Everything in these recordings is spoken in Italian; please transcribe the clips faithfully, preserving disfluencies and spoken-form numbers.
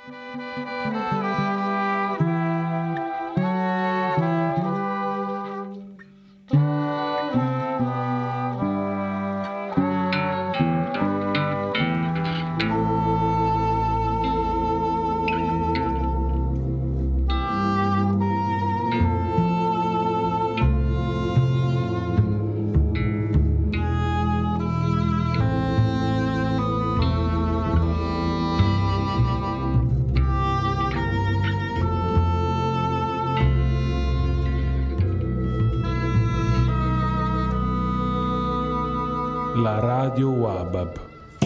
La Radio Wabab.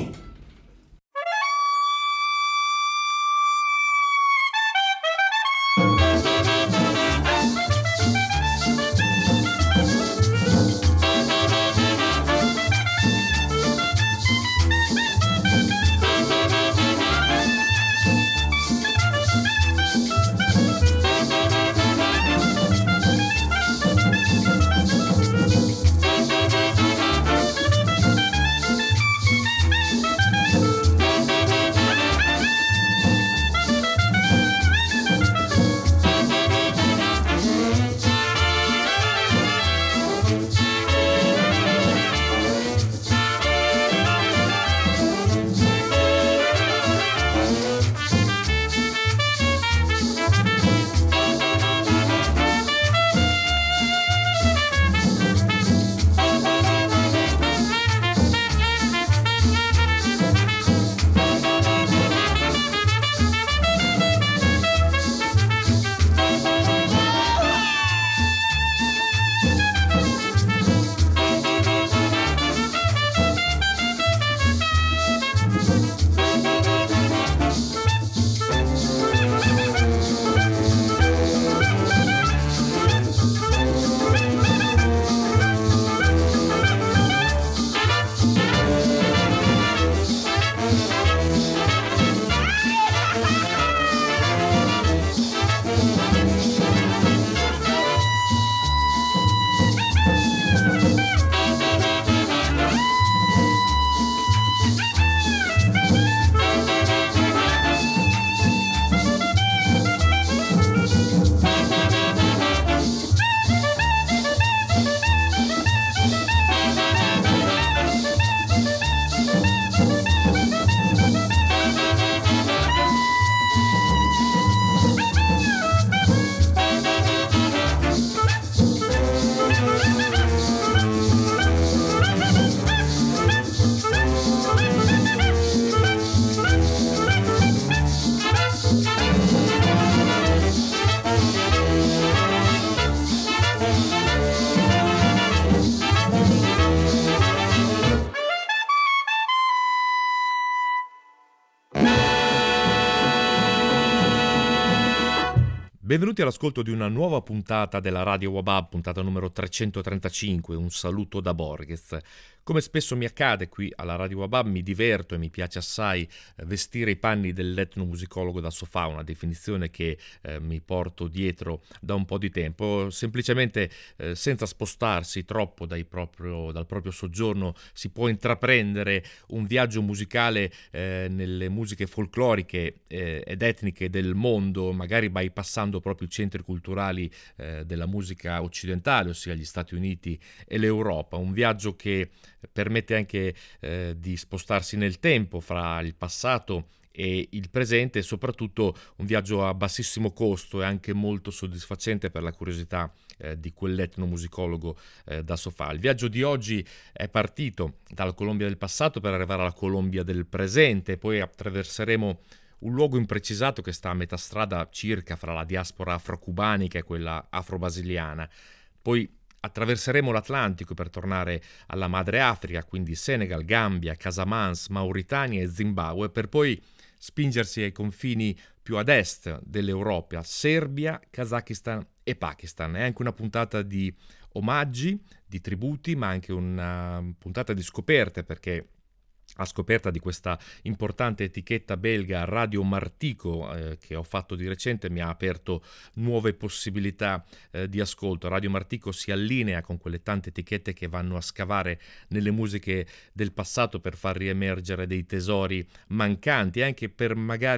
Benvenuti all'ascolto di una nuova puntata della Radio Wabab, puntata numero trecentotrentacinque, un saluto da Borges. Come spesso mi accade qui alla Radio Wabab, mi diverto e mi piace assai vestire i panni dell'etnomusicologo da sofà, una definizione che eh, mi porto dietro da un po' di tempo. Semplicemente eh, senza spostarsi troppo dai proprio, dal proprio soggiorno si può intraprendere un viaggio musicale eh, nelle musiche folcloriche eh, ed etniche del mondo, magari bypassando proprio i centri culturali eh, della musica occidentale, ossia gli Stati Uniti e l'Europa. Un viaggio che permette anche eh, di spostarsi nel tempo fra il passato e il presente, e soprattutto un viaggio a bassissimo costo e anche molto soddisfacente per la curiosità eh, di quell'etnomusicologo eh, da sofà. Il viaggio di oggi è partito dalla Colombia del passato per arrivare alla Colombia del presente, poi attraverseremo un luogo imprecisato che sta a metà strada circa fra la diaspora afro-cubanica e quella afro-brasiliana. Poi attraverseremo l'Atlantico per tornare alla madre Africa, quindi Senegal, Gambia, Casamance, Mauritania e Zimbabwe, per poi spingersi ai confini più ad est dell'Europa, Serbia, Kazakistan e Pakistan. È anche una puntata di omaggi, di tributi, ma anche una puntata di scoperte, perché a scoperta di questa importante etichetta belga Radio Martico eh, che ho fatto di recente mi ha aperto nuove possibilità eh, di ascolto. Radio Martico si allinea con quelle tante etichette che vanno a scavare nelle musiche del passato per far riemergere dei tesori mancanti, anche per magari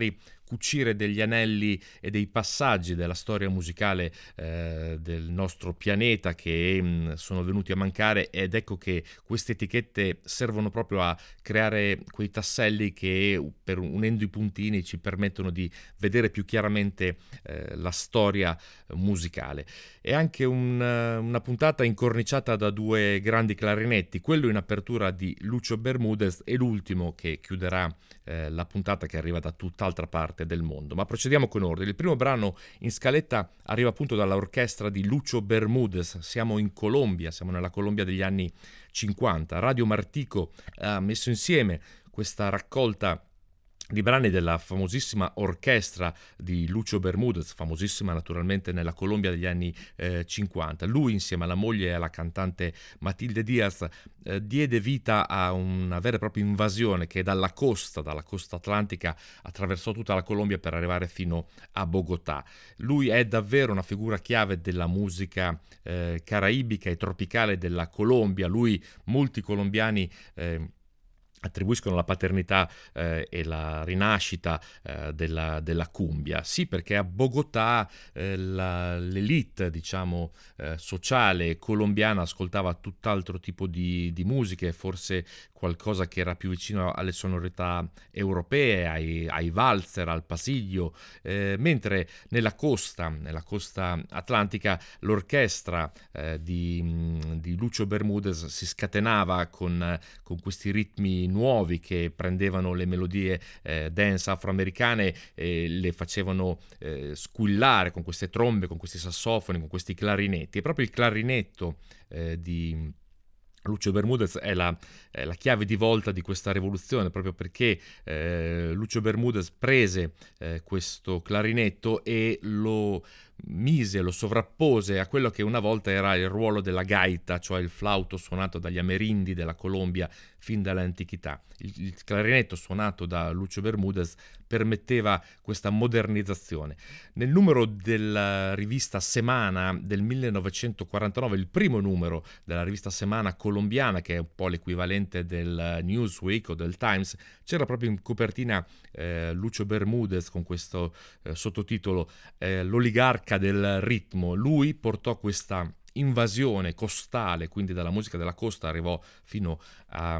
cucire degli anelli e dei passaggi della storia musicale eh, del nostro pianeta che mh, sono venuti a mancare, ed ecco che queste etichette servono proprio a creare quei tasselli che, per unendo i puntini, ci permettono di vedere più chiaramente eh, la storia musicale. È anche un, una puntata incorniciata da due grandi clarinetti, quello in apertura di Lucio Bermudez e l'ultimo che chiuderà eh, la puntata, che arriva da tutt'altra parte del mondo. Ma procediamo con ordine. Il primo brano in scaletta arriva appunto dall'orchestra di Lucio Bermudez. Siamo in Colombia, siamo nella Colombia degli anni cinquanta. Radio Martico ha messo insieme questa raccolta di brani della famosissima orchestra di Lucio Bermudez, famosissima naturalmente nella Colombia degli anni eh, cinquanta. Lui, insieme alla moglie e alla cantante Matilde Diaz, eh, diede vita a una vera e propria invasione che dalla costa, dalla costa atlantica, attraversò tutta la Colombia per arrivare fino a Bogotà. Lui è davvero una figura chiave della musica eh, caraibica e tropicale della Colombia. Lui, molti colombiani eh, attribuiscono la paternità eh, e la rinascita eh, della, della cumbia. Sì, perché a Bogotà eh, la, l'elite, diciamo, eh, sociale colombiana ascoltava tutt'altro tipo di, di musiche, forse qualcosa che era più vicino alle sonorità europee, ai, ai valzer, al pasillo, eh, mentre nella costa, nella costa atlantica, l'orchestra eh, di, di Lucio Bermudez si scatenava con, con questi ritmi nuovi che prendevano le melodie eh, dance afroamericane e le facevano eh, squillare con queste trombe, con questi sassofoni, con questi clarinetti. E proprio il clarinetto eh, di Lucio Bermudez è la, è la chiave di volta di questa rivoluzione, proprio perché eh, Lucio Bermudez prese eh, questo clarinetto e lo mise, lo sovrappose a quello che una volta era il ruolo della gaita, cioè il flauto suonato dagli amerindi della Colombia fin dall'antichità. Il, il clarinetto suonato da Lucio Bermudez permetteva questa modernizzazione. Nel numero della rivista Semana del millenovecentoquarantanove, il primo numero della rivista Semana colombiana, che è un po' l'equivalente del Newsweek o del Times, c'era proprio in copertina eh, Lucio Bermudez con questo eh, sottotitolo eh, L'oligarca del ritmo. Lui portò questa invasione costale, quindi dalla musica della costa arrivò fino a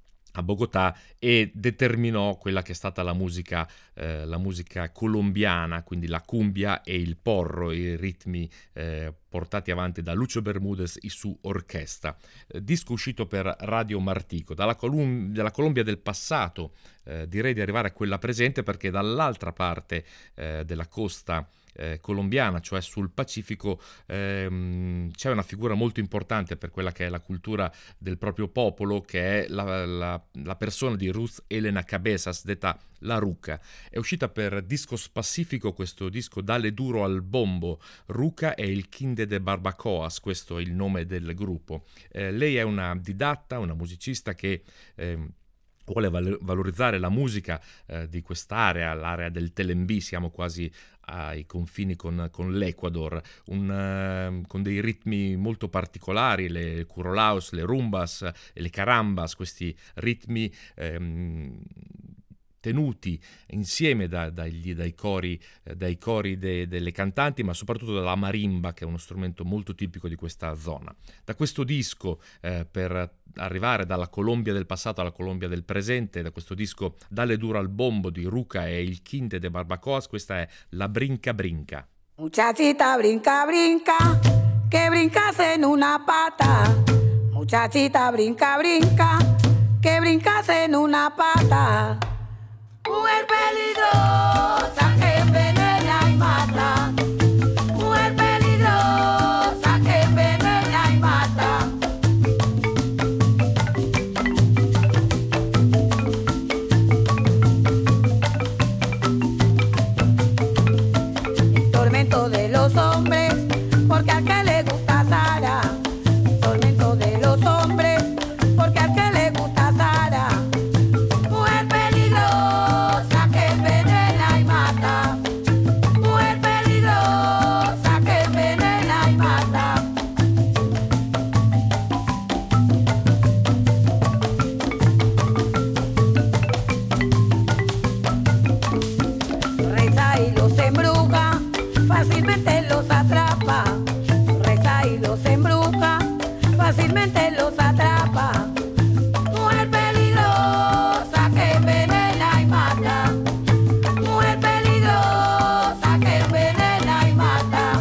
a Bogotà e determinò quella che è stata la musica, eh, la musica colombiana, quindi la cumbia e il porro, i ritmi eh, portati avanti da Lucio Bermudez e su orchestra. Eh, disco uscito per Radio Martico. Dalla, Colum- dalla Colombia del passato eh, direi di arrivare a quella presente, perché dall'altra parte eh, della costa Eh, colombiana, cioè sul Pacifico, ehm, c'è una figura molto importante per quella che è la cultura del proprio popolo, che è la, la, la persona di Ruth Elena Cabezas, detta La Ruca. È uscita per Discos Pacifico questo disco Dale Duro al Bombo. Ruca è il Kinde de Barbacoas, questo è il nome del gruppo. Eh, lei è una didatta, una musicista che eh, vuole val- valorizzare la musica eh, di quest'area, l'area del Telembí, siamo quasi ai confini con, con l'Ecuador, un, uh, con dei ritmi molto particolari, le curolaos, le rumbas e le carambas, questi ritmi ehm, tenuti insieme da, dagli, dai cori, eh, dai cori de, delle cantanti, ma soprattutto dalla marimba, che è uno strumento molto tipico di questa zona. Da questo disco, eh, per arrivare dalla Colombia del passato alla Colombia del presente, da questo disco Dale Duro al Bombo di Ruca e il Kinde de Barbacoas, questa è La Brinca Brinca. Muchachita brinca brinca, que brincas en una pata. Muchachita brinca brinca, que brincas en una pata. Mujer peligrosa que envenena y mata. Mujer peligrosa que envenena y mata. El tormento de los hombres, porque al que le gusta Sara. El tormento de los hombres, porque al que le gusta Sara. Mujer peligrosa que envenena y mata. Mujer peligrosa que envenena y mata. fácilmente los atrapa, reza y los embruja, fácilmente los atrapa. Mujer peligrosa que envenena y mata, mujer peligrosa que envenena y mata.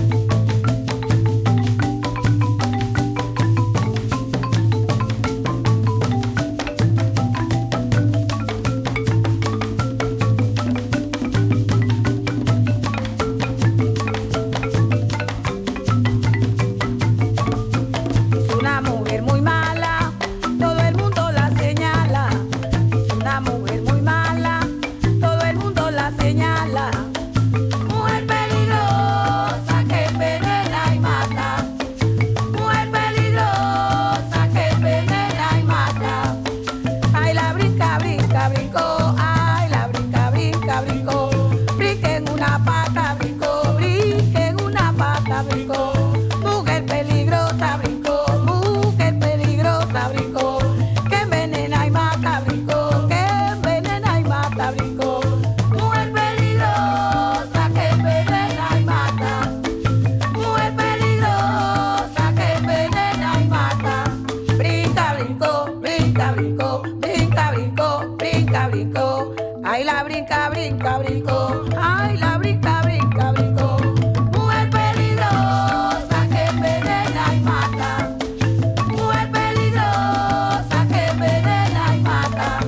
Es una mujer muy mala, todo el mundo la señala. Es una mujer muy mala, todo el mundo la señala. Mujer peligrosa que envenena y mata, mujer peligrosa que envenena y mata. Ay, la brinca, brinca, brincó, ay, la brinca, brinca, brincó. Brinca en una pata, brincó, brinca en una pata, brincó. Mujer peligrosa, brincó, mujer peligrosa, brincó. Que envenena y mata, brincó, que envenena y mata, brincó. Mujer peligrosa, que envenena y mata, mujer peligrosa, que envenena y mata. Brinca, brincó, brinca, brincó, brinca, brincó, brinca, brincó. Ay, la brinca, brinca, brincó, ay, la brinca, brinca, brincó. Mujer peligrosa que envenena y mata, mujer peligrosa que envenena y mata.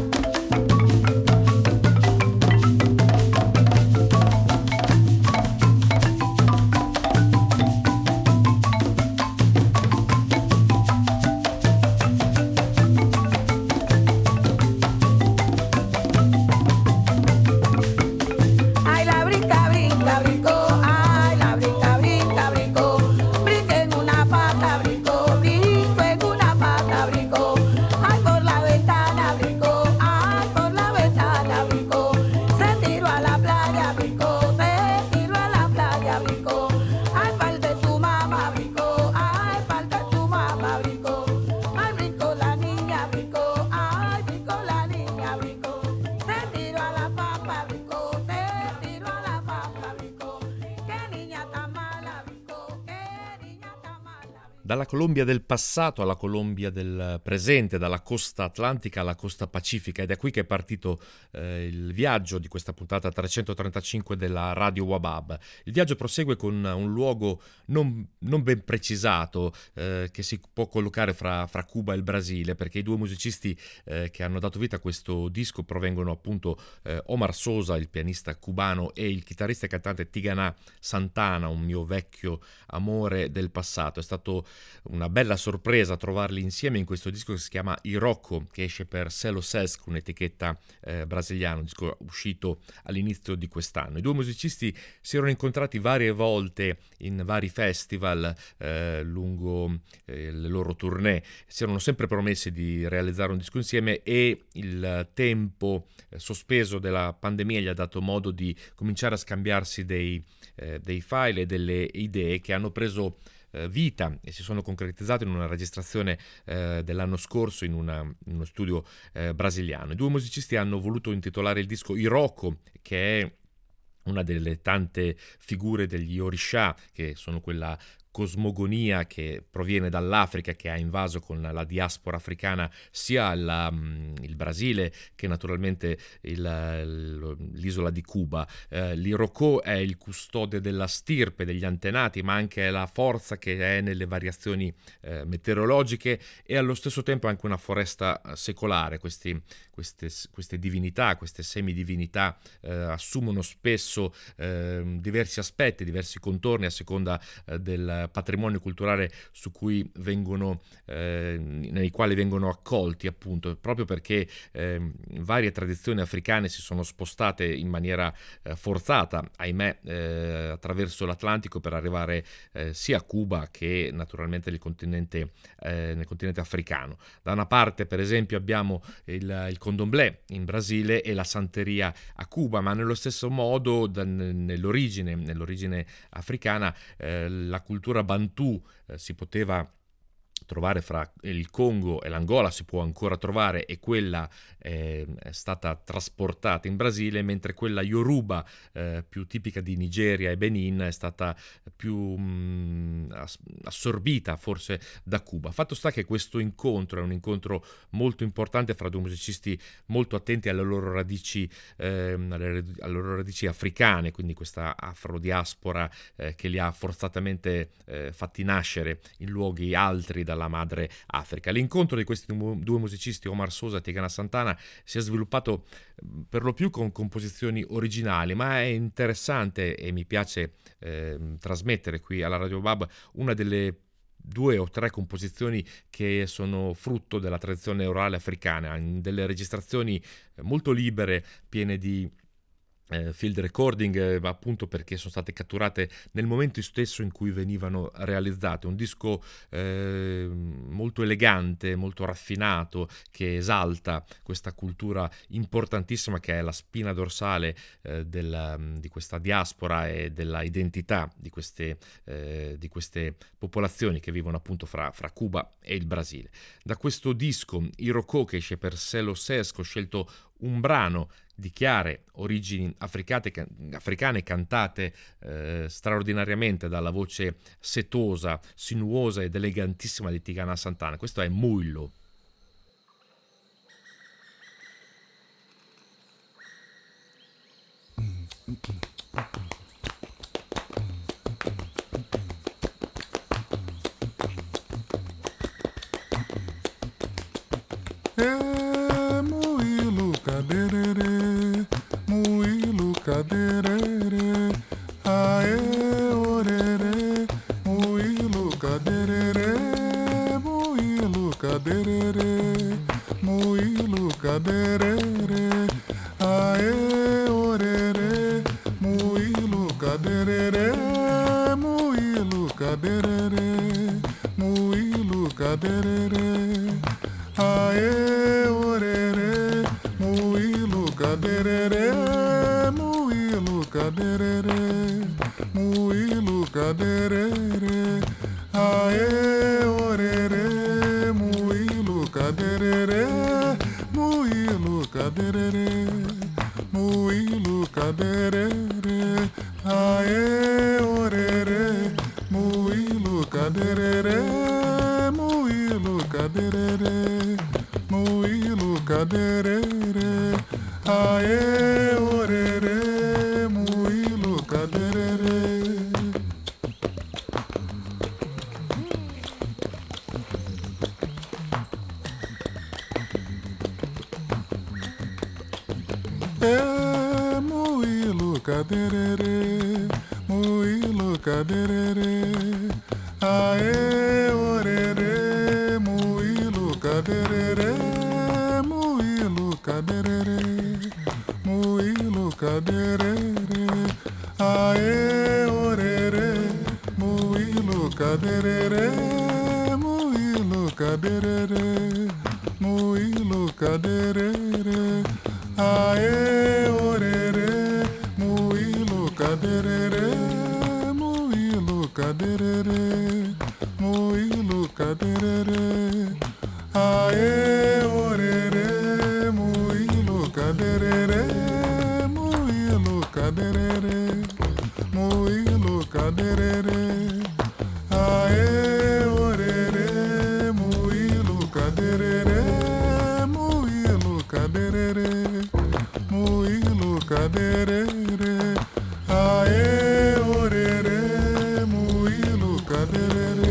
Ay, la brinca, brinca, brincó, ay, la brinca, brinca, brincó. Brinca en una pata, brincó, brinco en una pata, brincó. Ay, por la ventana, brincó, ay, por la ventana, brincó. Se tiró a la playa, brincó, se tiró a la playa, brincó. Ay, pal de su mamá, brincó, ay, pal de su mamá, brincó. Ay, brincó la niña, brincó, ay, brincó la niña, brincó. Se tiró a la papa, brincó, se tiró a la papa, brincó. Qué niña tan mala, brincó, qué niña tan mala. Dalla Colombia del passato alla Colombia del presente, dalla costa atlantica alla costa pacifica, ed è qui che è partito eh, il viaggio di questa puntata trecentotrentacinque della Radio Wabab. Il viaggio prosegue con un luogo non, non ben precisato eh, che si può collocare fra, fra Cuba e il Brasile, perché i due musicisti eh, che hanno dato vita a questo disco provengono appunto eh, Omar Sosa, il pianista cubano, e il chitarrista e cantante Tigana Santana, un mio vecchio amore del passato. È stato una bella sorpresa trovarli insieme in questo disco che si chiama Irocco, che esce per Selo Sesc, un'etichetta eh, brasiliana, un disco uscito all'inizio di quest'anno. I due musicisti si erano incontrati varie volte in vari festival eh, lungo eh, le loro tournée, si erano sempre promessi di realizzare un disco insieme, e il tempo eh, sospeso della pandemia gli ha dato modo di cominciare a scambiarsi dei, eh, dei file e delle idee che hanno preso vita e si sono concretizzate in una registrazione eh, dell'anno scorso in, una, in uno studio eh, brasiliano. I due musicisti hanno voluto intitolare il disco Irocco, che è una delle tante figure degli Orisha, che sono quella cosmogonia che proviene dall'Africa, che ha invaso con la diaspora africana sia la, il Brasile che naturalmente il, l'isola di Cuba. Eh, l'Irocco è il custode della stirpe, degli antenati, ma anche la forza che è nelle variazioni eh, meteorologiche, e allo stesso tempo anche una foresta secolare. Questi, queste, queste divinità, queste semidivinità eh, assumono spesso eh, diversi aspetti, diversi contorni a seconda eh, del patrimonio culturale su cui vengono, eh, nei quali vengono accolti, appunto, proprio perché eh, varie tradizioni africane si sono spostate in maniera eh, forzata, ahimè, eh, attraverso l'Atlantico per arrivare eh, sia a Cuba che naturalmente nel continente, eh, nel continente africano. Da una parte, per esempio, abbiamo il, il condomblé in Brasile e la santeria a Cuba, ma nello stesso modo da, nell'origine, nell'origine africana eh, la cultura Bantu eh, si poteva trovare fra il Congo e l'Angola, si può ancora trovare, e quella eh, è stata trasportata in Brasile, mentre quella Yoruba, eh, più tipica di Nigeria e Benin, è stata più mh, assorbita forse da Cuba. Fatto sta che questo incontro è un incontro molto importante fra due musicisti molto attenti alle loro radici, eh, alle, alle loro radici africane, quindi questa afrodiaspora eh, che li ha forzatamente eh, fatti nascere in luoghi altri dalla madre Africa. L'incontro di questi due musicisti, Omar Sosa e Tigana Santana, si è sviluppato per lo più con composizioni originali, ma è interessante e mi piace eh, trasmettere qui alla Radio Wabab una delle due o tre composizioni che sono frutto della tradizione orale africana, in delle registrazioni molto libere, piene di Eh, field recording, eh, appunto perché sono state catturate nel momento stesso in cui venivano realizzate. Un disco eh, molto elegante, molto raffinato, che esalta questa cultura importantissima che è la spina dorsale eh, della, di questa diaspora e della identità di queste, eh, di queste popolazioni che vivono appunto fra, fra Cuba e il Brasile. Da questo disco Iroko, che esce per Selo Sesc, ho scelto un brano di chiare origini africate, africane, cantate eh, straordinariamente dalla voce setosa, sinuosa ed elegantissima di Tigana Santana. Questo è Muilo. Caderere, ae orere, muilu caderere, muilu caderere, muilu caderere, ae orere, muilu caderere, muilu caderere, muilu caderere, ae orere, muilu caderere. Caderere, muilu caderere, ae orere, muilu caderere, muilu caderere, muilu caderere, ae orere, muilu caderere, muilu caderere, muilu caderere, ae orere. E muilu caderere, muilu caderere, ae orere, muilu caderere, muilu caderere, muilu caderere, ae orere, muilu caderere, muilu caderere, muilu caderere, ae orere, muilu caderere, muilu caderere, muilu caderere, ae orere, muilu caderere, muilu caderere, muilu caderere, ae orere, muilu caderere, muilu caderere, muilu caderere, ae orere, muilu caderere.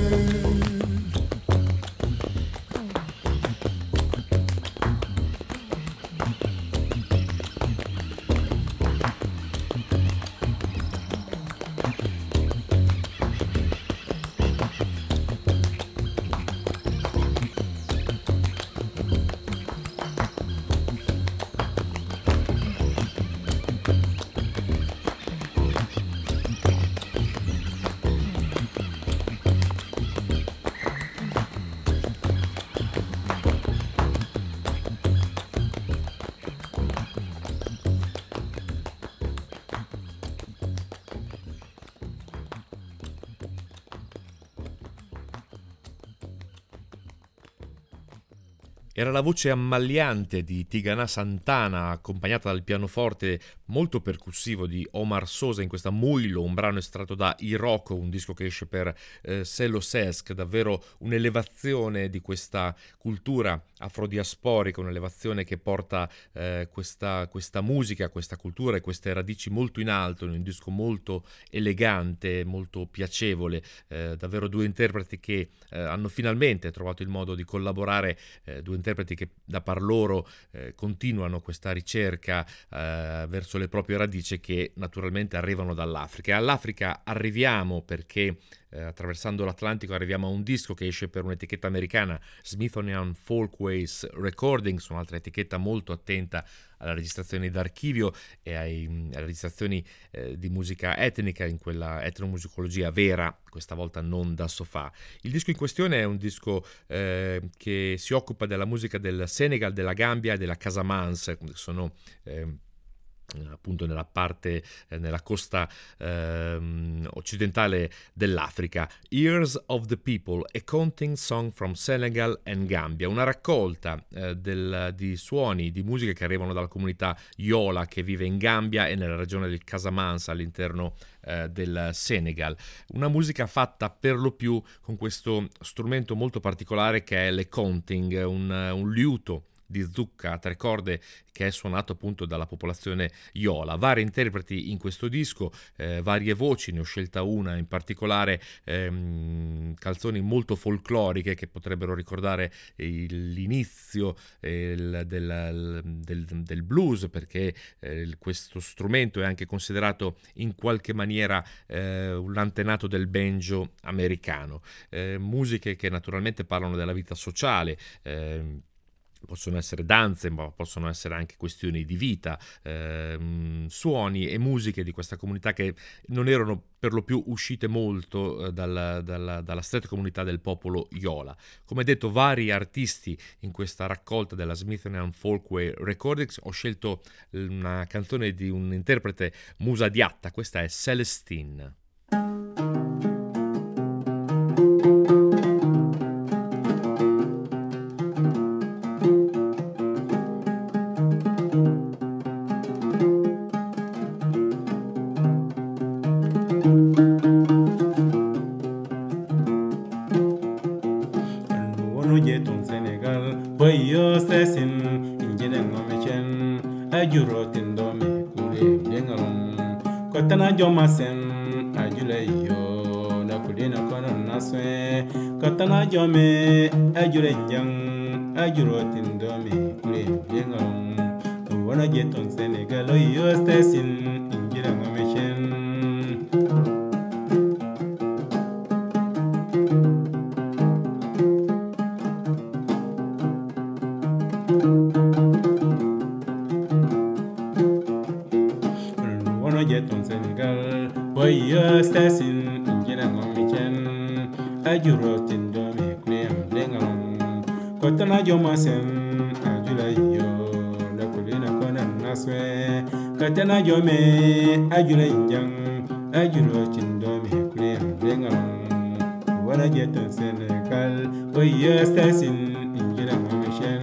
Era la voce ammagliante di Tigana Santana, accompagnata dal pianoforte molto percussivo di Omar Sosa in questa Muilo, un brano estratto da Iroko, un disco che esce per eh, Selo Sesk, davvero un'elevazione di questa cultura afrodiasporica, un'elevazione che porta eh, questa, questa musica, questa cultura e queste radici molto in alto, in un disco molto elegante, molto piacevole, eh, davvero due interpreti che eh, hanno finalmente trovato il modo di collaborare, eh, due interpreti che da par loro eh, continuano questa ricerca eh, verso le proprie radici che naturalmente arrivano dall'Africa. E all'Africa arriviamo perché eh, attraversando l'Atlantico arriviamo a un disco che esce per un'etichetta americana, Smithsonian Folkways Recordings, un'altra etichetta molto attenta alle registrazioni d'archivio e ai, alle registrazioni eh, di musica etnica, in quella etnomusicologia vera, questa volta non da sofà. Il disco in questione è un disco eh, che si occupa della musica del Senegal, della Gambia e della Casamance, che sono eh, appunto nella parte, eh, nella costa ehm, occidentale dell'Africa. Ears of the People, a counting song from Senegal and Gambia, una raccolta eh, del, di suoni, di musiche che arrivano dalla comunità Yola che vive in Gambia e nella regione del Casamance all'interno eh, del Senegal. Una musica fatta per lo più con questo strumento molto particolare che è le counting, un, un liuto di zucca a tre corde che è suonato appunto dalla popolazione Yola. Vari interpreti in questo disco, eh, varie voci, ne ho scelta una in particolare, ehm, canzoni molto folcloriche che potrebbero ricordare il, l'inizio eh, il, del, del, del blues, perché eh, questo strumento è anche considerato in qualche maniera eh, un antenato del banjo americano. Eh, musiche che naturalmente parlano della vita sociale, eh, possono essere danze, ma possono essere anche questioni di vita, ehm, suoni e musiche di questa comunità che non erano per lo più uscite molto eh, dalla, dalla, dalla stretta comunità del popolo Yola. Come detto, vari artisti in questa raccolta della Smithsonian Folkway Recordings. Ho scelto una canzone di un interprete Musa Diatta, questa è Celestine. Joma sen ajule yo na kulina kono naswe katana jome ajure njang ajuro tindomi kule bengam wana jeton Senegal yo stasin injira ngamechen wana jeton Senegal boy yo stasin injira ngamechen ajuro tindomi kule bengam katana joma sen ajule yo na kulina kono naswe katana jome ajule njang ajuro tindomi kule bengam wana jeton Senegal boy yo stasin injira ngamechen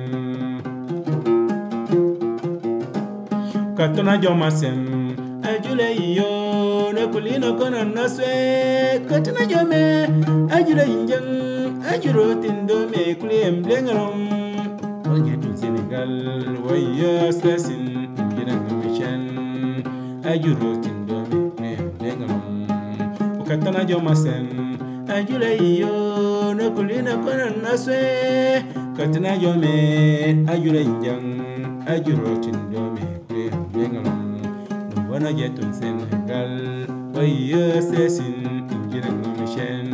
katana joma sen ajule yo na kulina kono naswe katana jome ajule njang ajuro tindomi kule bengam wana Senegal boy yo stasin injira ngamechen ajuro tindomi kule bengam katana joma sen ajule yo na kulina kono naswe katana jome ajule njang ajuro tindomi kule bengam wana jeton Senegal boy yo stasin injira ngamechen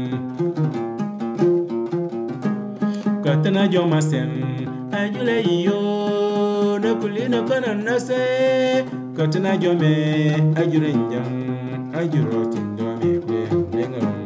katana joma sen ajule yo na kulina kono naswe katana jome ajure njang ajuro tindomi kule bengam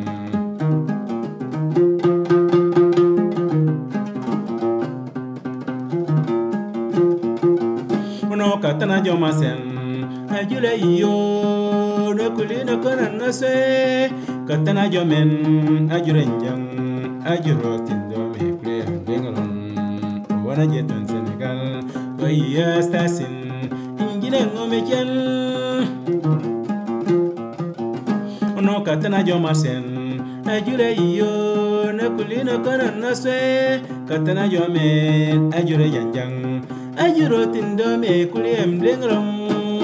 uno katana joma sen ajule yo na kulina kono naswe katana jome ajure njang ajuro tindomi kule bengam wana jeton Senegal Waya stasin Injine ngomechen Ono katana jomasen Ajure iyo Nakulina kanan naswe Katana jomen Ajure janjang Ajuro tindome kuliem dengrom.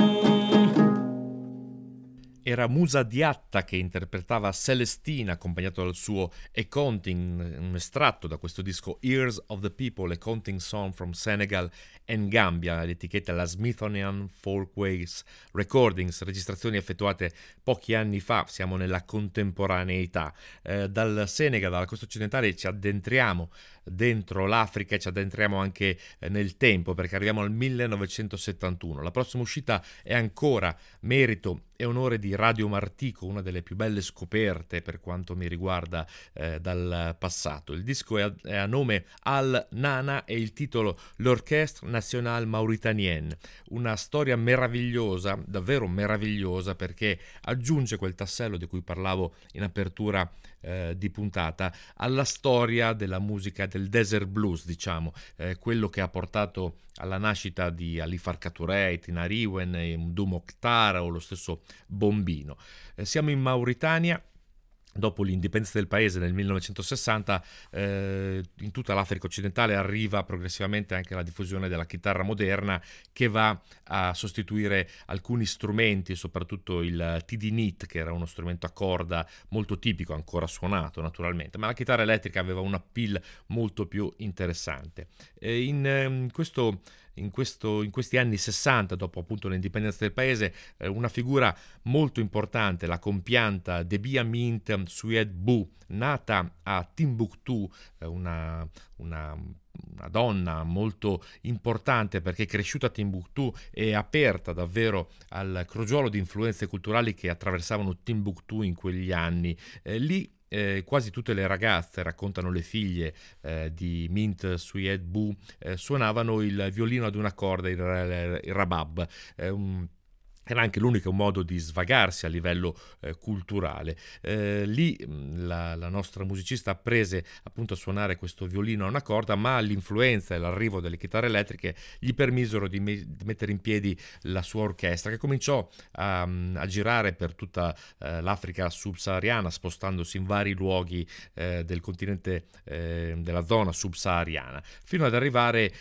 Era Musa Diatta che interpretava Celestina, accompagnato dal suo A Counting, un estratto da questo disco Ears of the People, A Counting Song from Senegal and Gambia, l'etichetta la Smithsonian Folkways Recordings, registrazioni effettuate pochi anni fa, siamo nella contemporaneità. Eh, dal Senegal, dalla costa occidentale, ci addentriamo dentro l'Africa e ci addentriamo anche eh, nel tempo, perché arriviamo al millenovecentosettantuno. La prossima uscita è ancora merito e onore di Radio Martico, una delle più belle scoperte per quanto mi riguarda eh, dal passato. Il disco è a, è a nome Al Nana e il titolo L'Orchestre Nationale Mauritanienne, una storia meravigliosa, davvero meravigliosa, perché aggiunge quel tassello di cui parlavo in apertura eh, di puntata alla storia della musica del desert blues, diciamo, eh, quello che ha portato alla nascita di Ali Farka Touré, Tinariwen, Mdou Moctar o lo stesso Bombino. Eh, siamo in Mauritania. Dopo l'indipendenza del paese nel millenovecentosessanta, eh, in tutta l'Africa occidentale arriva progressivamente anche la diffusione della chitarra moderna, che va a sostituire alcuni strumenti, soprattutto il tidinit, che era uno strumento a corda molto tipico, ancora suonato naturalmente, ma la chitarra elettrica aveva un appeal molto più interessante. E in, in questo In, questo, in questi anni sessanta, dopo appunto l'indipendenza del paese, eh, una figura molto importante, la compianta Deby Amint Soued Bou, nata a Timbuktu, eh, una, una, una donna molto importante perché è cresciuta a Timbuktu e aperta davvero al crogiolo di influenze culturali che attraversavano Timbuktu in quegli anni. Eh, lì Eh, quasi tutte le ragazze, raccontano le figlie eh, di Mint Soued Bou, eh, suonavano il violino ad una corda, il, il rabab, eh, un era anche l'unico modo di svagarsi a livello eh, culturale. Eh, lì la, la nostra musicista apprese appunto a suonare questo violino a una corda, ma l'influenza e l'arrivo delle chitarre elettriche gli permisero di, me- di mettere in piedi la sua orchestra, che cominciò a, a girare per tutta eh, l'Africa subsahariana, spostandosi in vari luoghi eh, del continente, eh, della zona subsahariana, fino ad arrivare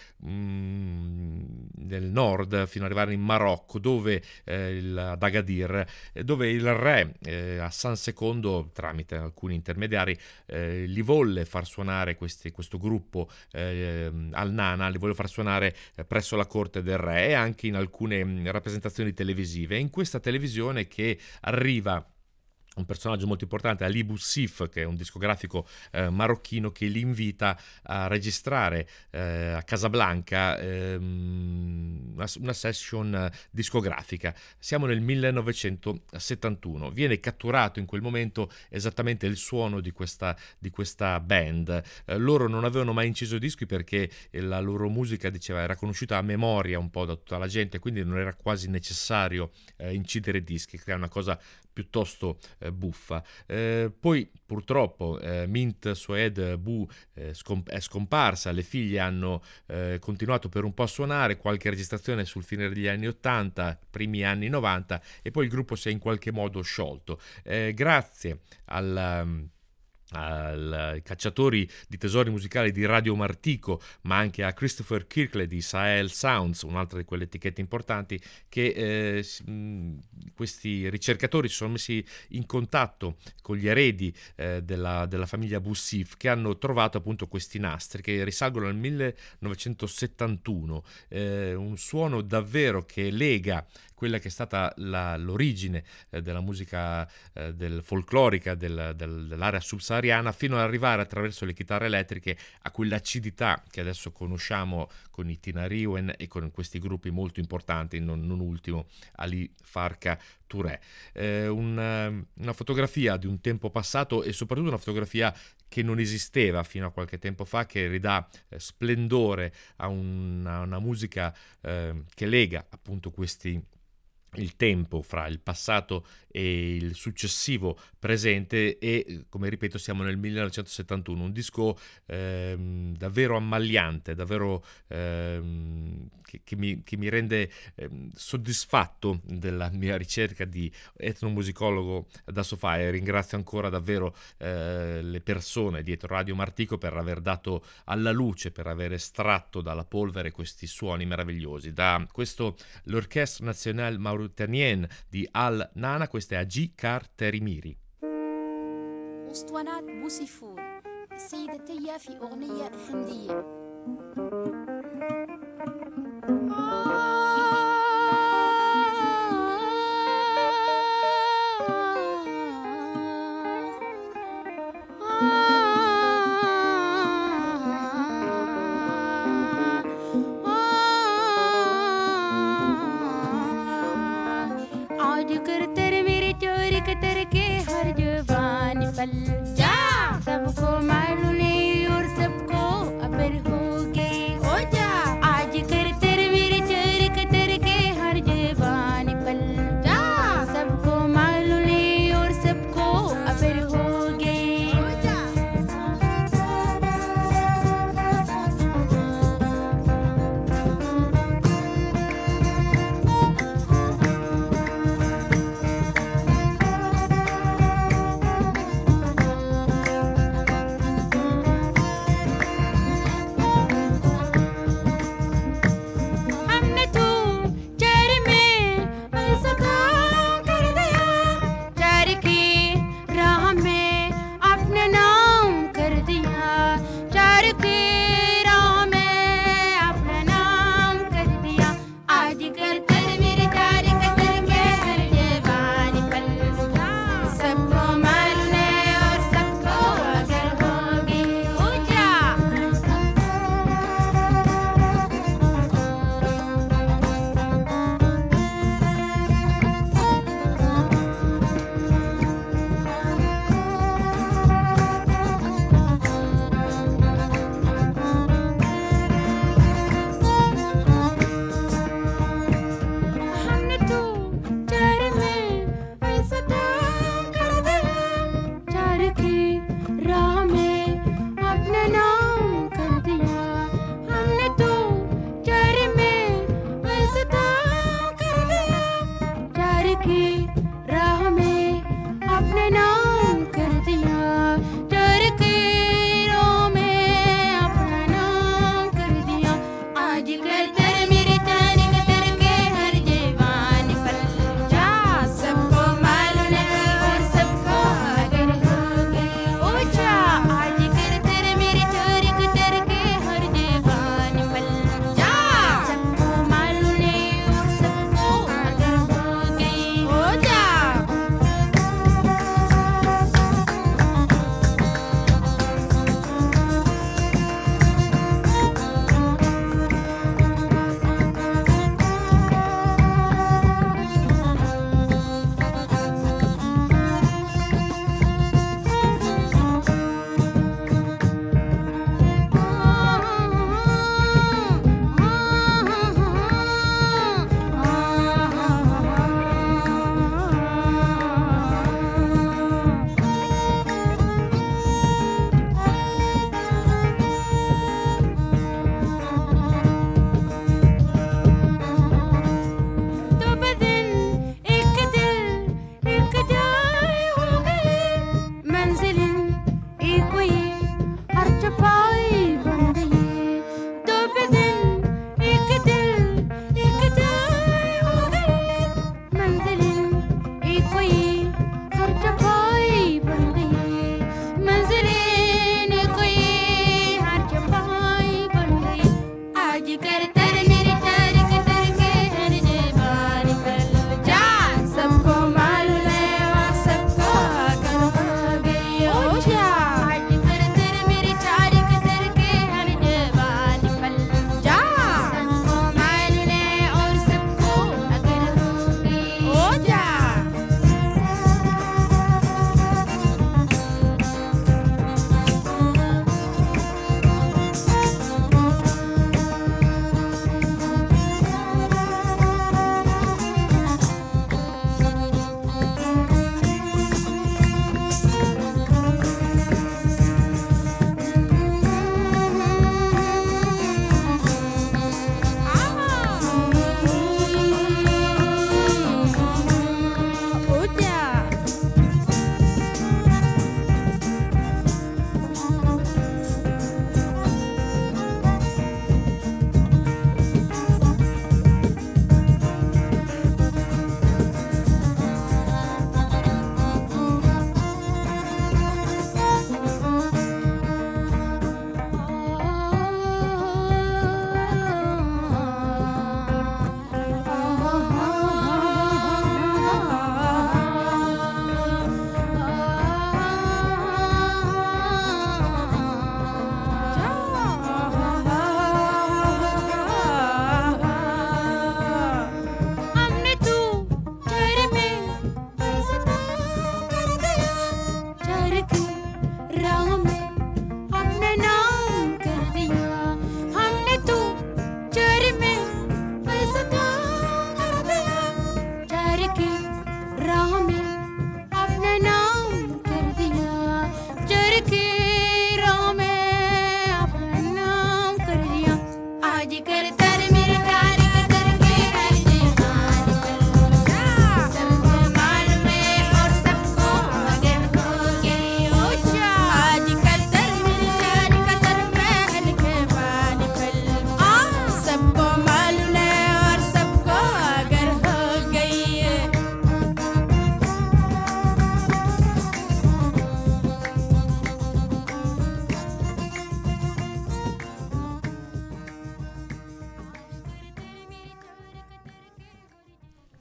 mh, nel nord, fino ad arrivare in Marocco, dove eh, Il, ad Agadir, dove il re eh, Hassan secondo, tramite alcuni intermediari, eh, gli volle far suonare questi, questo gruppo eh, Al Nana, li volle far suonare eh, presso la corte del re e anche in alcune mh, rappresentazioni televisive. È in questa televisione che arriva un personaggio molto importante, Ali Boussif, che è un discografico eh, marocchino, che li invita a registrare eh, a Casablanca ehm, una, una session discografica. Siamo nel millenovecentosettantuno. Viene catturato in quel momento esattamente il suono di questa, di questa band. Eh, loro non avevano mai inciso dischi perché la loro musica, diceva, era conosciuta a memoria un po' da tutta la gente, quindi non era quasi necessario eh, incidere dischi, che è una cosa piuttosto eh, buffa. Eh, poi purtroppo eh, Mint Soued Bou eh, scomp- è scomparsa, le figlie hanno eh, continuato per un po' a suonare, qualche registrazione sul fine degli anni ottanta, primi anni novanta, e poi il gruppo si è in qualche modo sciolto. Eh, grazie al... Um, ai cacciatori di tesori musicali di Radio Martico, ma anche a Christopher Kirkley di Sahel Sounds, un'altra di quelle etichette importanti, che eh, questi ricercatori si sono messi in contatto con gli eredi eh, della, della famiglia Boussif, che hanno trovato appunto questi nastri che risalgono al millenovecentosettantuno, eh, un suono davvero che lega quella che è stata la, l'origine eh, della musica eh, del folclorica del, del, dell'area subsahariana, fino ad arrivare attraverso le chitarre elettriche a quell'acidità che adesso conosciamo con i Tinariwen e con questi gruppi molto importanti, non, non ultimo Ali Farka Touré. Eh, una, una fotografia di un tempo passato e soprattutto una fotografia che non esisteva fino a qualche tempo fa, che ridà eh, splendore a una, una musica eh, che lega appunto questi il tempo fra il passato e il successivo presente e, come ripeto, siamo nel millenovecentosettantuno, un disco ehm, davvero ammagliante, davvero ehm, che, che, mi, che mi rende ehm, soddisfatto della mia ricerca di etnomusicologo da sofà, e ringrazio ancora davvero eh, le persone dietro Radio Martico per aver dato alla luce, per aver estratto dalla polvere questi suoni meravigliosi. Da questo l'Orchestre Nationale Mauritanienne di Al Nana, questa è Haji Kar Terimiri. أسطوانات بوسيفور السيدة تيا في أغنية هندية. सबको मालूम नहीं और सबको अबर हो गए।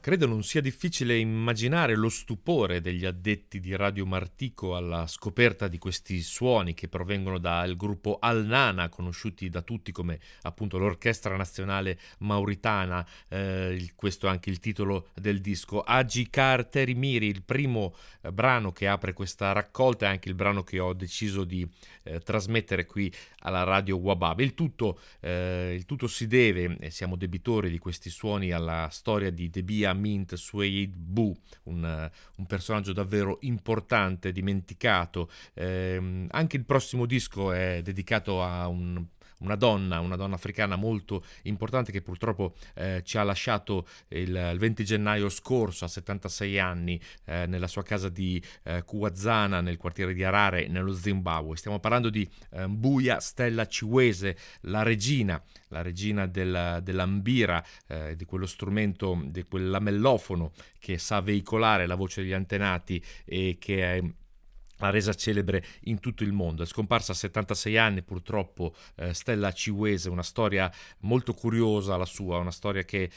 Credo non sia difficile immaginare lo stupore degli addetti di Radio Martico alla scoperta di questi suoni che provengono dal gruppo Al Nana, conosciuti da tutti come appunto l'Orchestra Nazionale Mauritana. Eh, il, questo è anche il titolo del disco. Agi Carter Miri, il primo eh, brano che apre questa raccolta, è anche il brano che ho deciso di eh, trasmettere qui alla Radio Wabab. Il tutto, eh, il tutto si deve, e siamo debitori di questi suoni, alla storia di Debia Mint Sueid Bu, un, un personaggio davvero importante, dimenticato. Eh, anche il prossimo disco è dedicato a un una donna, una donna africana molto importante che purtroppo eh, ci ha lasciato il, il venti gennaio scorso a settantasei anni eh, nella sua casa di eh, Kuwazana nel quartiere di Harare nello Zimbabwe. Stiamo parlando di eh, Mbuya Stella Chiweze, la regina, la regina del, dell'ambira, eh, di quello strumento, di quel lamellofono che sa veicolare la voce degli antenati e che è l'ha resa celebre in tutto il mondo. È scomparsa a settantasei anni purtroppo eh, Stella Chiweze, una storia molto curiosa la sua, una storia che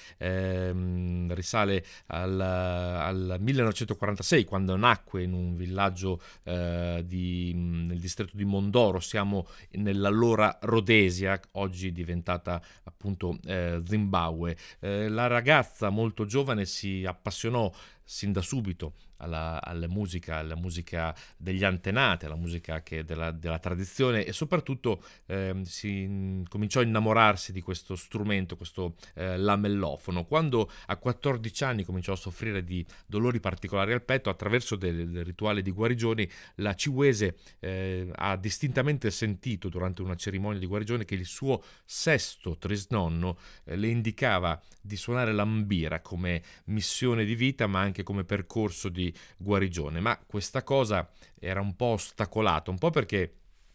ehm, risale al, al millenovecentoquarantasei, quando nacque in un villaggio eh, di, nel distretto di Mondoro. Siamo nell'allora Rhodesia, oggi diventata appunto eh, Zimbabwe. Eh, la ragazza molto giovane si appassionò sin da subito alla, alla musica, alla musica degli antenati, alla musica che della, della tradizione, e soprattutto eh, si cominciò a innamorarsi di questo strumento, questo eh, lamellofono. Quando a quattordici anni cominciò a soffrire di dolori particolari al petto, attraverso del, del rituale di guarigione, la Chiweze eh, ha distintamente sentito durante una cerimonia di guarigione che il suo sesto trisnonno eh, le indicava di suonare l'ambira come missione di vita, ma anche come percorso di guarigione. Ma questa cosa era un po' ostacolata, un po' perché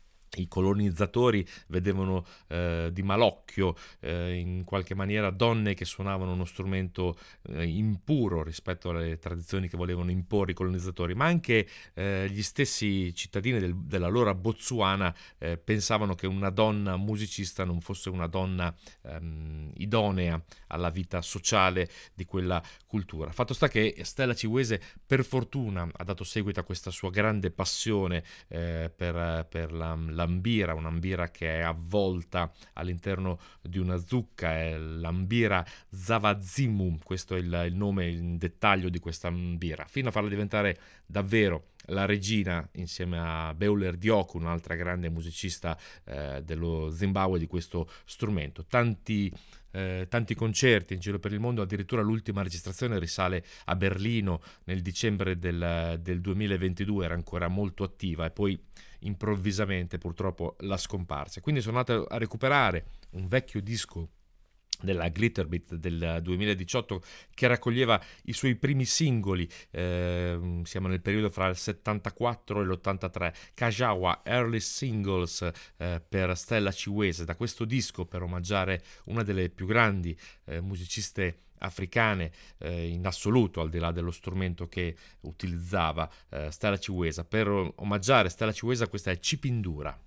i colonizzatori vedevano eh, di malocchio eh, in qualche maniera donne che suonavano uno strumento eh, impuro rispetto alle tradizioni che volevano imporre i colonizzatori, ma anche eh, gli stessi cittadini del, dell'allora Botswana eh, pensavano che una donna musicista non fosse una donna ehm, idonea alla vita sociale di quella cultura. Fatto sta che Stella Chiweze, per fortuna, ha dato seguito a questa sua grande passione eh, per, per la, l'ambira, un'ambira che è avvolta all'interno di una zucca, è l'ambira Zavazimu, questo è il, il nome in dettaglio di questa ambira, fino a farla diventare davvero la regina insieme a Beulah Dioku, un'altra grande musicista eh, dello Zimbabwe di questo strumento. Tanti Eh, tanti concerti in giro per il mondo, addirittura l'ultima registrazione risale a Berlino nel dicembre del, del duemilaventidue, era ancora molto attiva, e poi improvvisamente purtroppo la scomparsa. Quindi sono andato a recuperare un vecchio disco della Glitterbeat del duemiladiciotto che raccoglieva i suoi primi singoli, eh, siamo nel periodo fra il settantaquattro e l'ottantatré, Kajawa Early Singles eh, per Stella Chiweze. Da questo disco, per omaggiare una delle più grandi eh, musiciste africane eh, in assoluto, al di là dello strumento che utilizzava eh, Stella Chiweze, per omaggiare Stella Chiweze, questa è Chipindura.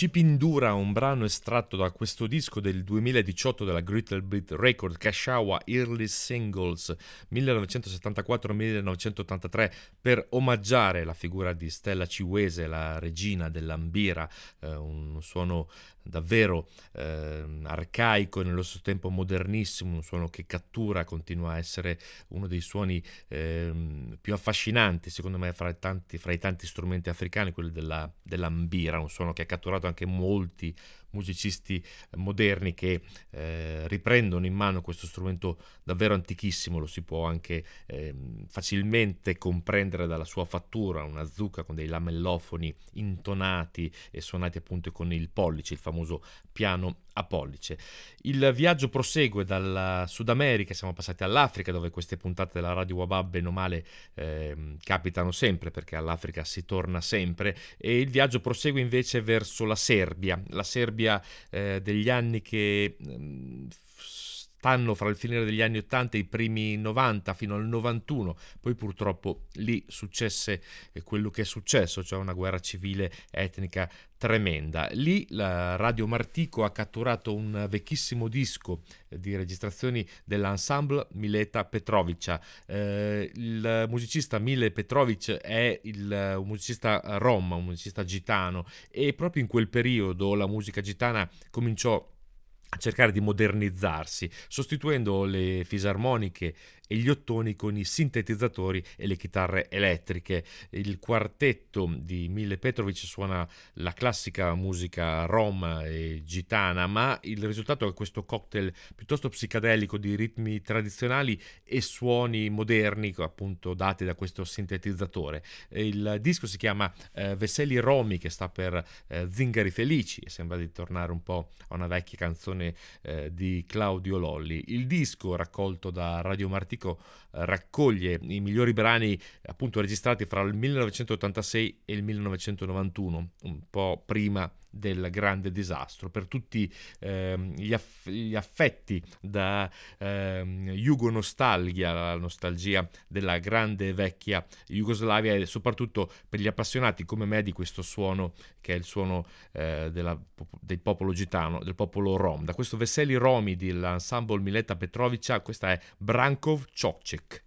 Cipindura, un brano estratto da questo disco del duemiladiciotto della Great Beat Record, Kashawa Early Singles millenovecentosettantaquattro millenovecentottantatré, per omaggiare la figura di Stella Ciwese, la regina dell'ambira, eh, un suono davvero eh, arcaico e nello stesso tempo modernissimo, un suono che cattura, continua a essere uno dei suoni eh, più affascinanti secondo me fra i tanti, fra i tanti strumenti africani, quello della, dell'ambira, un suono che ha catturato anche molti musicisti moderni che eh, riprendono in mano questo strumento davvero antichissimo. Lo si può anche eh, facilmente comprendere dalla sua fattura, una zucca con dei lamellofoni intonati e suonati appunto con il pollice, il famoso piano a pollice. Il viaggio prosegue dal Sud America, siamo passati all'Africa, dove queste puntate della Radio Wabab bene o male eh, capitano sempre, perché all'Africa si torna sempre, e il viaggio prosegue invece verso la Serbia, la Serbia eh, degli anni che eh, stanno fra il finire degli anni ottanta e i primi novanta fino al novantuno. Poi purtroppo lì successe quello che è successo, cioè una guerra civile etnica tremenda. Lì la Radio Martico ha catturato un vecchissimo disco di registrazioni dell'ensemble Mileta Petrovića. Eh, il musicista Mile Petrović è il, un musicista rom, un musicista gitano, e proprio in quel periodo la musica gitana cominciò a cercare di modernizzarsi, sostituendo le fisarmoniche e gli ottoni con i sintetizzatori e le chitarre elettriche. Il quartetto di Mile Petrović suona la classica musica rom e gitana, ma il risultato è questo cocktail piuttosto psichedelico di ritmi tradizionali e suoni moderni, appunto dati da questo sintetizzatore. Il disco si chiama eh, Veseli Romi, che sta per eh, Zingari Felici, e sembra di tornare un po' a una vecchia canzone eh, di Claudio Lolli. Il disco, raccolto da Radio Martico, raccoglie i migliori brani appunto registrati fra il millenovecentottantasei e il millenovecentonovantuno, un po' prima del grande disastro. Per tutti ehm, gli, aff- gli affetti da ehm, Jugonostalgia, la nostalgia della grande vecchia Jugoslavia, e soprattutto per gli appassionati come me di questo suono, che è il suono eh, della, del popolo gitano, del popolo rom. Da questo Veseli Romi dell'ensemble Mileta Petrovića, questa è Brankov Čoček.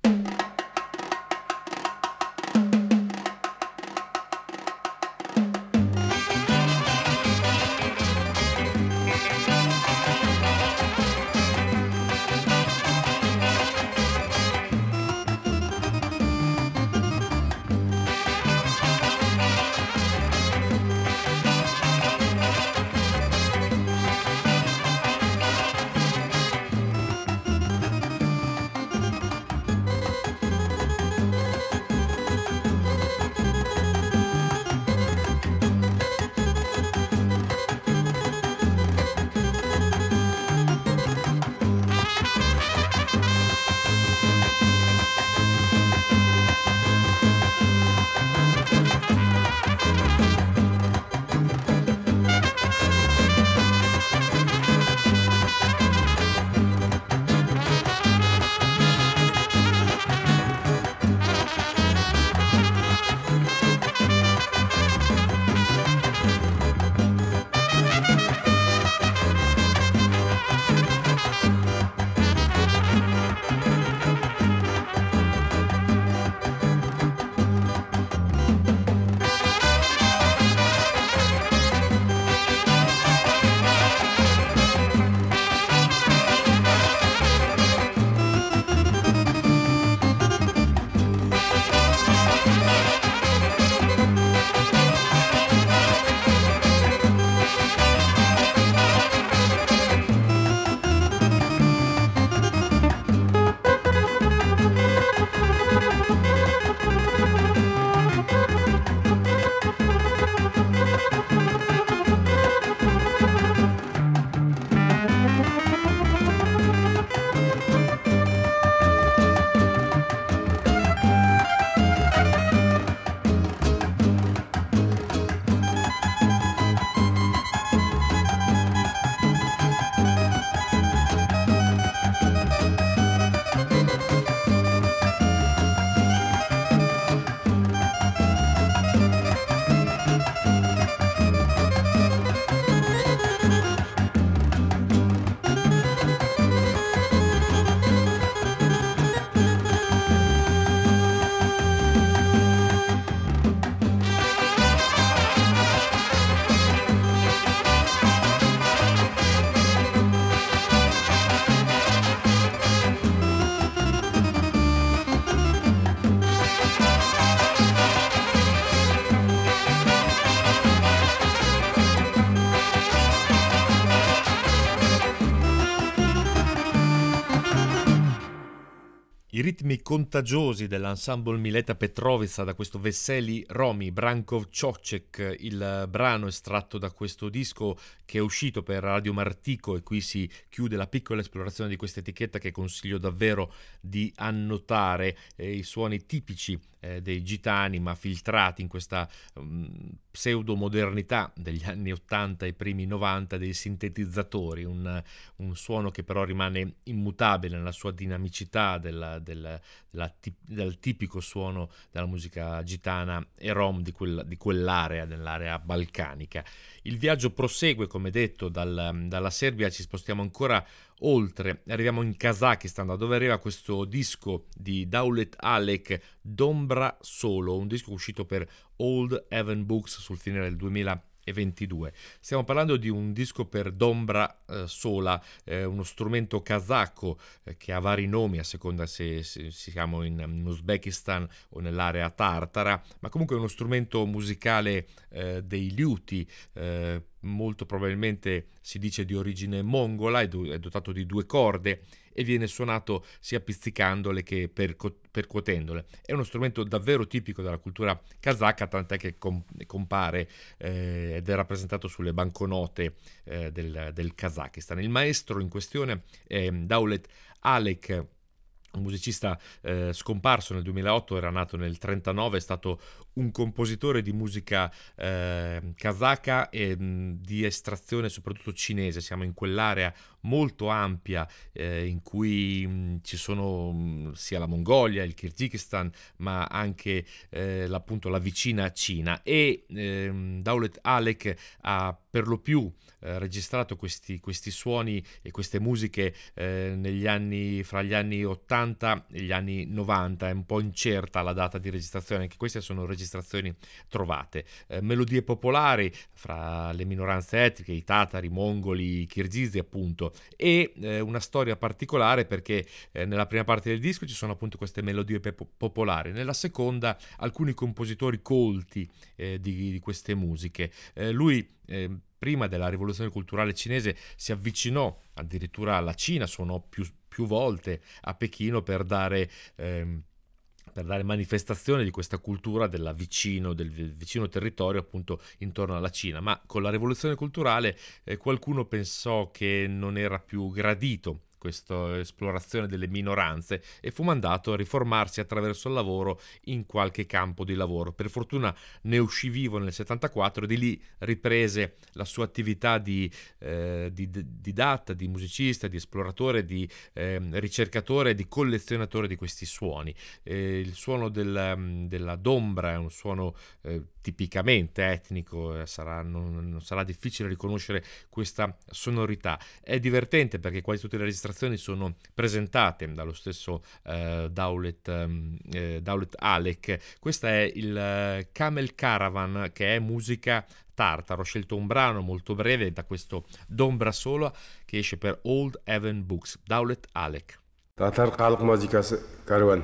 I ritmi contagiosi dell'ensemble Mileta Petrovica da questo Veseli Romi Brankov Čoček, il brano estratto da questo disco che è uscito per Radio Martico, e qui si chiude la piccola esplorazione di questa etichetta che consiglio davvero di annotare, eh, i suoni tipici eh, dei gitani ma filtrati in questa um, pseudo-modernità degli anni ottanta e primi novanta dei sintetizzatori, un, un suono che però rimane immutabile nella sua dinamicità della, del, della, del tipico suono della musica gitana e rom di, quel, di quell'area, dell'area balcanica. Il viaggio prosegue, come detto, dal, dalla Serbia ci spostiamo ancora oltre, arriviamo in Kazakistan, da dove arriva questo disco di Daulet Alek, Dombra Solo, un disco uscito per Old Heaven Books sul finire del duemilaventidue. Stiamo parlando di un disco per Dombra eh, sola, eh, uno strumento kazako eh, che ha vari nomi a seconda se, se, se siamo in, in Uzbekistan o nell'area tartara, ma comunque è uno strumento musicale eh, dei liuti, eh, molto probabilmente si dice di origine mongola, è, do- è dotato di due corde e viene suonato sia pizzicandole che perco- percuotendole. È uno strumento davvero tipico della cultura kazaka, tant'è che com- compare eh, ed è rappresentato sulle banconote eh, del, del Kazakistan. Il maestro in questione è Daulet Alek, un musicista eh, scomparso nel duemilaotto, era nato nel trentanove, è stato un compositore di musica eh, kazaka e mh, di estrazione soprattutto cinese. Siamo in quell'area molto ampia eh, in cui mh, ci sono mh, sia la Mongolia, il Kirghizistan, ma anche eh, appunto la vicina Cina, e ehm, Daulet Alek ha per lo più eh, registrato questi, questi suoni e queste musiche eh, negli anni, fra gli anni ottanta e gli anni novanta. È un po' incerta la data di registrazione, anche queste sono registrazioni trovate. Eh, melodie popolari fra le minoranze etniche, i tatari, i mongoli, i kirgizi appunto, e eh, una storia particolare perché eh, nella prima parte del disco ci sono appunto queste melodie pe- popolari, nella seconda alcuni compositori colti eh, di, di queste musiche. Eh, lui eh, prima della rivoluzione culturale cinese si avvicinò addirittura alla Cina, suonò più, più volte a Pechino per dare ehm, per dare manifestazione di questa cultura della vicino, del vicino territorio appunto intorno alla Cina, ma con la rivoluzione culturale eh, qualcuno pensò che non era più gradito questa esplorazione delle minoranze e fu mandato a riformarsi attraverso il lavoro in qualche campo di lavoro. Per fortuna ne uscì vivo nel settantaquattro e di lì riprese la sua attività di eh, di didatta, di musicista, di esploratore, di eh, ricercatore e di collezionatore di questi suoni. Eh, il suono del, della dombra è un suono eh, tipicamente etnico, eh, sarà, non, non sarà difficile riconoscere questa sonorità. È divertente perché quasi tutte le registrazioni sono presentate dallo stesso eh, Daulet, eh, Daulet Alek. Questo è il eh, Camel Caravan, che è musica tartara. Ho scelto un brano molto breve da questo Dombra Solo che esce per Old Heaven Books, Daulet Alek. Tatar xalq muzikasi Karvan.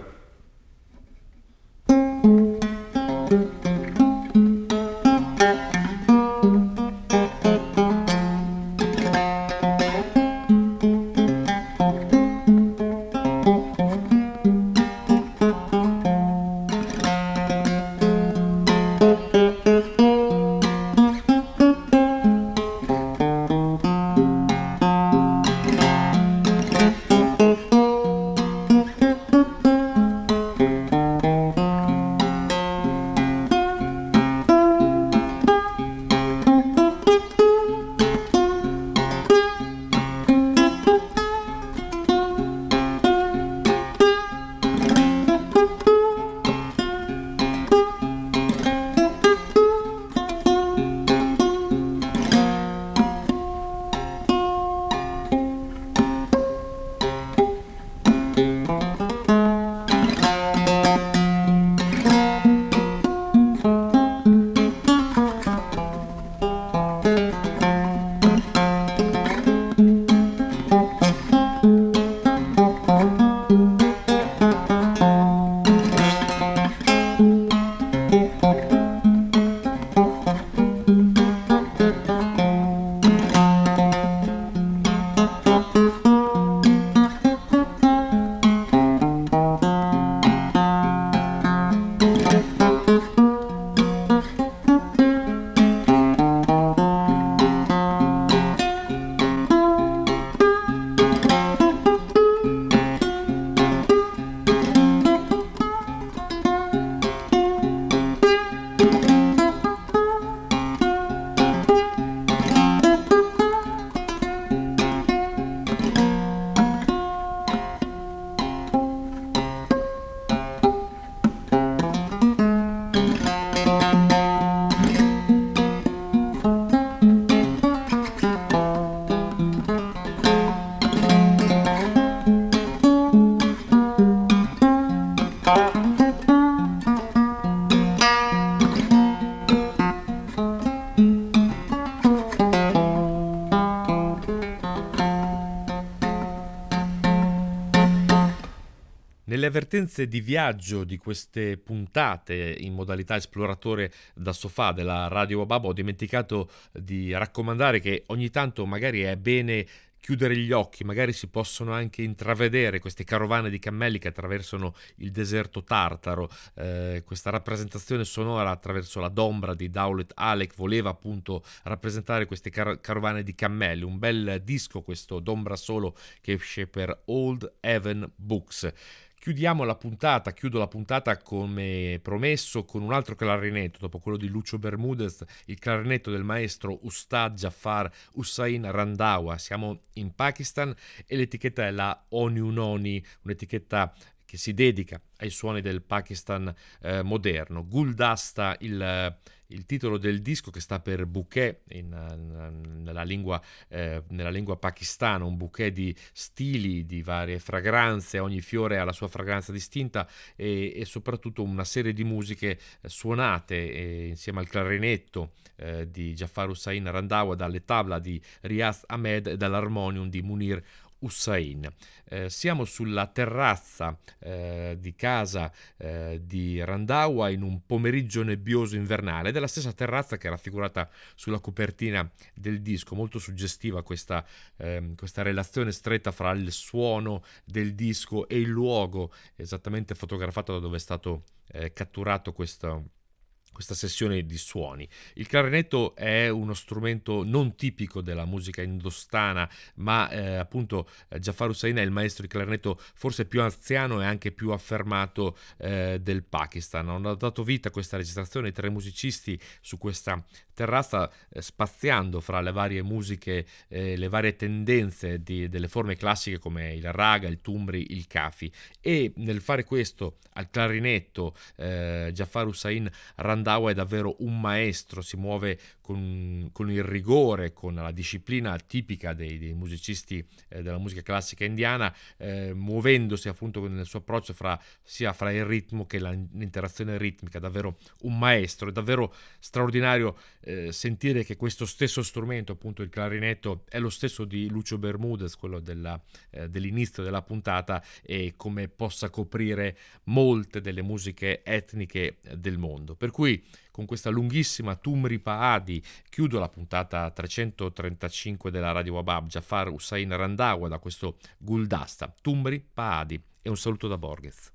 Nelle avvertenze di viaggio di queste puntate in modalità esploratore da sofà della Radio Wabab ho dimenticato di raccomandare che ogni tanto magari è bene chiudere gli occhi, magari si possono anche intravedere queste carovane di cammelli che attraversano il deserto tartaro. Eh, questa rappresentazione sonora attraverso la Dombra di Daulet Alec voleva appunto rappresentare queste car- carovane di cammelli, un bel disco questo Dombra solo che esce per Old Heaven Books. Chiudiamo la puntata, chiudo la puntata come promesso con un altro clarinetto, dopo quello di Lucio Bermudez, il clarinetto del maestro Ustad Jafar Hussain Randhawa. Siamo in Pakistan e l'etichetta è la Oniunoni, un'etichetta che si dedica ai suoni del Pakistan eh, moderno. Guldasta, il, il titolo del disco che sta per bouquet in, in, nella, lingua, eh, nella lingua pakistana, un bouquet di stili, di varie fragranze, ogni fiore ha la sua fragranza distinta e, e soprattutto una serie di musiche suonate eh, insieme al clarinetto eh, di Jafar Hussain Randhawa, dalle tabla di Riaz Ahmed e dall'armonium di Munir Hussain. Eh, siamo sulla terrazza eh, di casa eh, di Randhawa in un pomeriggio nebbioso invernale, ed è la stessa terrazza che è raffigurata sulla copertina del disco, molto suggestiva questa, eh, questa relazione stretta fra il suono del disco e il luogo esattamente fotografato da dove è stato eh, catturato questo questa sessione di suoni. Il clarinetto è uno strumento non tipico della musica indostana, ma eh, appunto Jafar Hussain è il maestro di clarinetto forse più anziano e anche più affermato eh, del Pakistan. Hanno dato vita a questa registrazione i tre musicisti su questa terrazza, eh, spaziando fra le varie musiche, eh, le varie tendenze di, delle forme classiche come il raga, il tumbri, il kafi, e nel fare questo al clarinetto eh, Jafar Hussain Randhawa è davvero un maestro, si muove con, con il rigore, con la disciplina tipica dei, dei musicisti eh, della musica classica indiana, eh, muovendosi appunto nel suo approccio fra, sia fra il ritmo che la, l'interazione ritmica. Davvero un maestro, è davvero straordinario eh, sentire che questo stesso strumento, appunto il clarinetto, è lo stesso di Lucio Bermudez, quello della, eh, dell'inizio della puntata, e come possa coprire molte delle musiche etniche del mondo. Per cui con questa lunghissima Tumri Paadi chiudo la puntata trecentotrentacinque della Radio Wabab. Jafar Hussain Randhawa da questo Guldasta, Tumri Paadi, e un saluto da Borges.